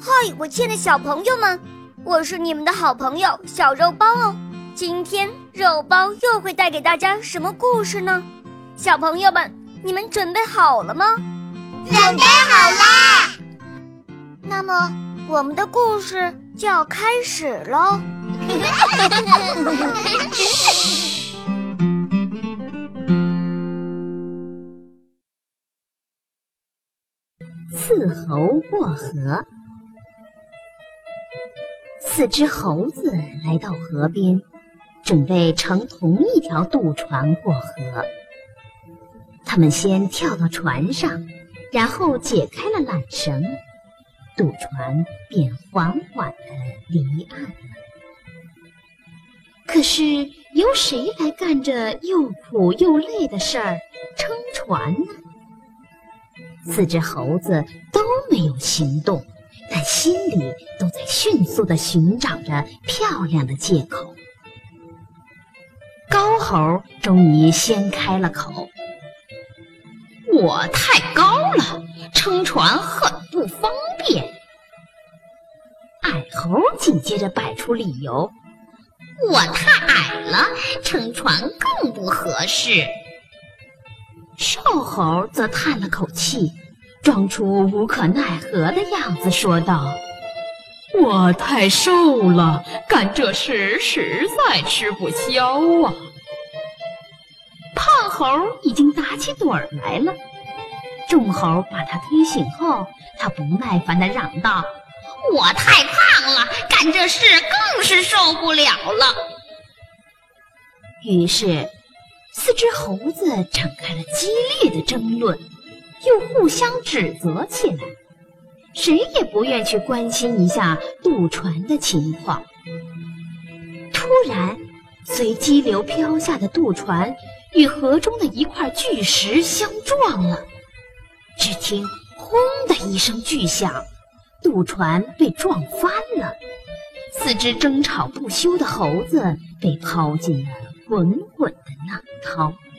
嗨，我亲爱的小朋友们，我是你们的好朋友小肉包哦。今天肉包又会带给大家什么故事呢？小朋友们，你们准备好了吗？ 准备好啦！ 那么我们的故事就要开始咯。 四猴过河。四只猴子来到河边，准备乘同一条渡船过河。他们先跳到船上，然后解开了缆绳，渡船便缓缓地离岸了。可是由谁来干这又苦又累的事儿，撑船呢？四只猴子都没有行动，但心里都在迅速地寻找着漂亮的借口。高猴终于先开了口：我太高了，撑船很不方便。矮猴紧接着摆出理由：我太矮了，撑船更不合适。瘦猴则叹了口气，装出无可奈何的样子说道：我太瘦了，干这事实在吃不消啊。胖猴已经打起盹儿来了，众猴把他推醒后，他不耐烦地嚷道：我太胖了，干这事更是受不了了。于是四只猴子展开了激烈的争论，又互相指责起来，谁也不愿去关心一下渡船的情况。突然，随激流飘下的渡船与河中的一块巨石相撞了，只听轰的一声巨响，渡船被撞翻了，四只争吵不休的猴子被抛进了滚滚的浪涛。